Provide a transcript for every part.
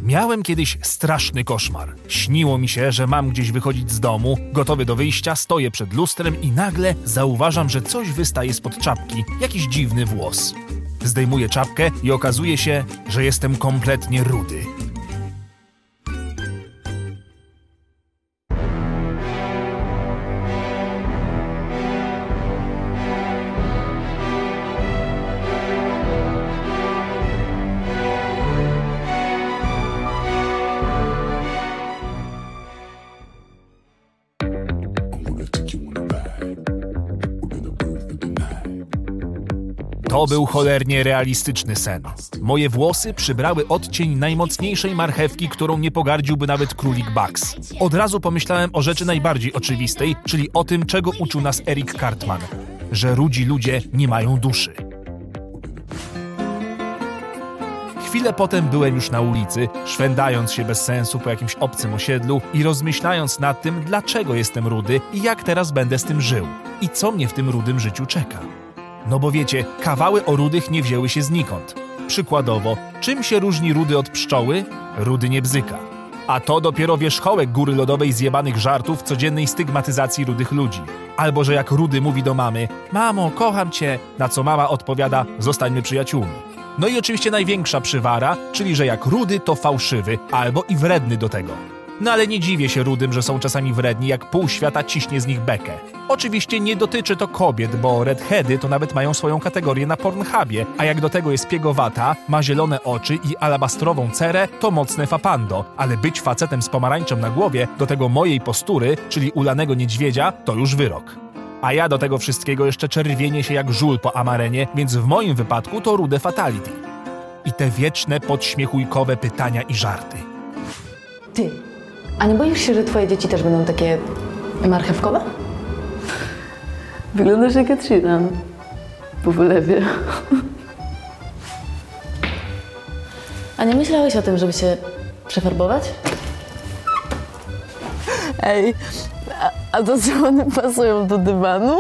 Miałem kiedyś straszny koszmar. Śniło mi się, że mam gdzieś wychodzić z domu, gotowy do wyjścia, stoję przed lustrem i nagle zauważam, że coś wystaje spod czapki, jakiś dziwny włos. Zdejmuję czapkę i okazuje się, że jestem kompletnie rudy. To był cholernie realistyczny sen. Moje włosy przybrały odcień najmocniejszej marchewki, którą nie pogardziłby nawet królik Bugs. Od razu pomyślałem o rzeczy najbardziej oczywistej, czyli o tym, czego uczył nas Eric Cartman. Że rudzi ludzie nie mają duszy. Chwilę potem byłem już na ulicy, szwendając się bez sensu po jakimś obcym osiedlu i rozmyślając nad tym, dlaczego jestem rudy i jak teraz będę z tym żył. I co mnie w tym rudym życiu czeka. No bo wiecie, kawały o rudych nie wzięły się znikąd. Przykładowo, czym się różni rudy od pszczoły? Rudy nie bzyka. A to dopiero wierzchołek góry lodowej zjebanych żartów codziennej stygmatyzacji rudych ludzi. Albo, że jak rudy mówi do mamy: mamo, kocham cię, na co mama odpowiada: zostańmy przyjaciółmi. No i oczywiście największa przywara, czyli że jak rudy, to fałszywy, albo i wredny do tego. No ale nie dziwię się rudym, że są czasami wredni, jak pół świata ciśnie z nich bekę. Oczywiście nie dotyczy to kobiet, bo redheady to nawet mają swoją kategorię na Pornhubie, a jak do tego jest piegowata, ma zielone oczy i alabastrową cerę, to mocne fapando, ale być facetem z pomarańczą na głowie, do tego mojej postury, czyli ulanego niedźwiedzia, to już wyrok. A ja do tego wszystkiego jeszcze czerwienię się jak żul po amarenie, więc w moim wypadku to rude fatality. I te wieczne, podśmiechujkowe pytania i żarty. Ty, a nie boisz się, że twoje dzieci też będą takie marchewkowe? Wyglądasz jak Ed Sheeran po wylewie. A nie myślałeś o tym, żeby się przefarbować? Ej, a to co, one pasują do dywanu?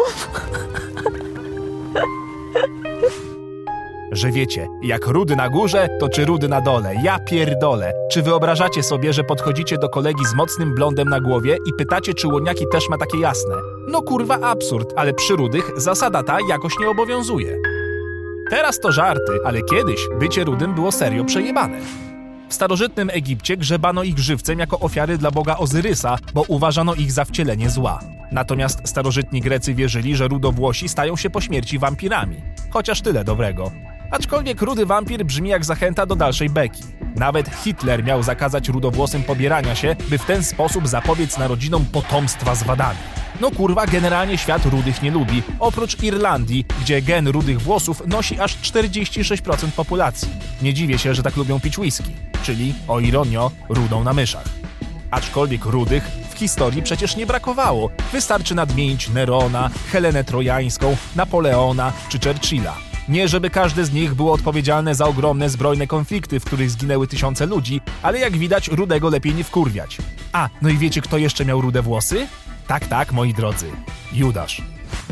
Że wiecie, jak rudy na górze, to czy rudy na dole? Ja pierdolę. Czy wyobrażacie sobie, że podchodzicie do kolegi z mocnym blondem na głowie i pytacie, czy łoniaki też ma takie jasne? No kurwa absurd, ale przy rudych zasada ta jakoś nie obowiązuje. Teraz to żarty, ale kiedyś bycie rudym było serio przejebane. W starożytnym Egipcie grzebano ich żywcem jako ofiary dla boga Ozyrysa, bo uważano ich za wcielenie zła. Natomiast starożytni Grecy wierzyli, że rudowłosi stają się po śmierci wampirami. Chociaż tyle dobrego. Aczkolwiek rudy wampir brzmi jak zachęta do dalszej beki. Nawet Hitler miał zakazać rudowłosym pobierania się, by w ten sposób zapobiec narodzinom potomstwa z wadami. No kurwa, generalnie świat rudych nie lubi, oprócz Irlandii, gdzie gen rudych włosów nosi aż 46% populacji. Nie dziwię się, że tak lubią pić whisky, czyli, o ironio, rudą na myszach. Aczkolwiek rudych w historii przecież nie brakowało. Wystarczy nadmienić Nerona, Helenę Trojańską, Napoleona czy Churchilla. Nie żeby każdy z nich było odpowiedzialne za ogromne zbrojne konflikty, w których zginęły tysiące ludzi, ale jak widać, rudego lepiej nie wkurwiać. A, no i wiecie, kto jeszcze miał rude włosy? Tak, moi drodzy. Judasz.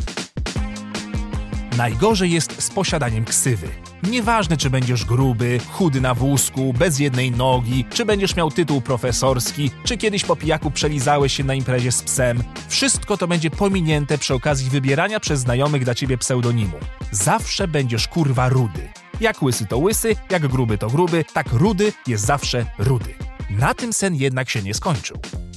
Najgorzej jest z posiadaniem ksywy. Nieważne, czy będziesz gruby, chudy na wózku, bez jednej nogi, czy będziesz miał tytuł profesorski, czy kiedyś po pijaku przelizałeś się na imprezie z psem. Wszystko to będzie pominięte przy okazji wybierania przez znajomych dla ciebie pseudonimu. Zawsze będziesz kurwa rudy. Jak łysy to łysy, jak gruby to gruby, tak rudy jest zawsze rudy. Na tym sen jednak się nie skończył.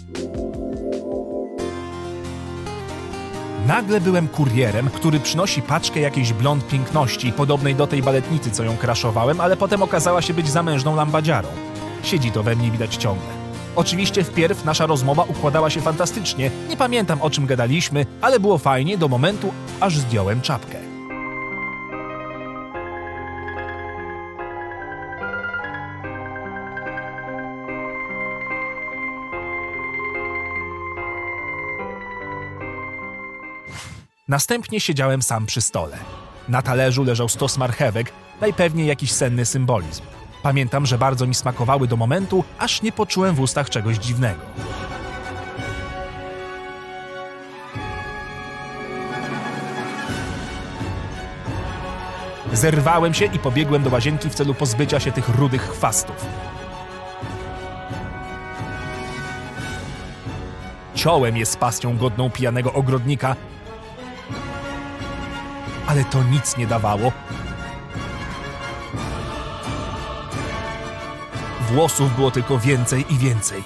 Nagle byłem kurierem, który przynosi paczkę jakiejś blond piękności, podobnej do tej baletnicy, co ją kraszowałem, ale potem okazała się być zamężną lambadziarą. Siedzi to we mnie widać ciągle. Oczywiście wpierw nasza rozmowa układała się fantastycznie, nie pamiętam o czym gadaliśmy, ale było fajnie do momentu, aż zdjąłem czapkę. Następnie siedziałem sam przy stole. Na talerzu leżał stos marchewek, najpewniej jakiś senny symbolizm. Pamiętam, że bardzo mi smakowały do momentu, aż nie poczułem w ustach czegoś dziwnego. Zerwałem się i pobiegłem do łazienki w celu pozbycia się tych rudych chwastów. ciąłem je z pasją godną pijanego ogrodnika. Ale to nic nie dawało. Włosów było tylko więcej i więcej.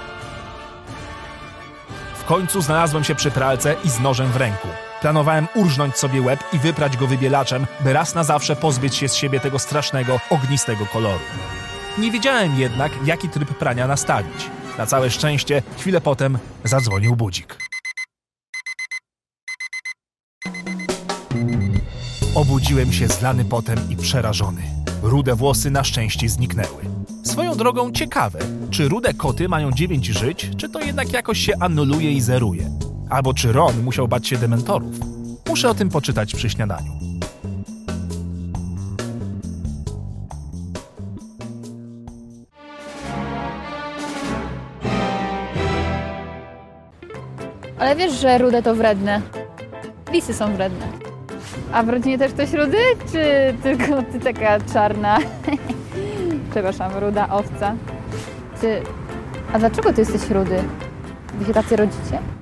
W końcu znalazłem się przy pralce i z nożem w ręku. Planowałem urżnąć sobie łeb i wyprać go wybielaczem, by raz na zawsze pozbyć się z siebie tego strasznego, ognistego koloru. Nie wiedziałem jednak, jaki tryb prania nastawić. Na całe szczęście, chwilę potem zadzwonił budzik. Obudziłem się zlany potem i przerażony. Rude włosy na szczęście zniknęły. Swoją drogą ciekawe, czy rude koty mają 9 żyć, czy to jednak jakoś się anuluje i zeruje? Albo czy Ron musiał bać się dementorów? Muszę o tym poczytać przy śniadaniu. Ale wiesz, że rude to wredne. Lisy są wredne. A w rodzinie też ktoś rudy? Czy tylko ty taka czarna? Przepraszam, ruda owca. A dlaczego ty jesteś rudy? Wy się tacy rodzicie?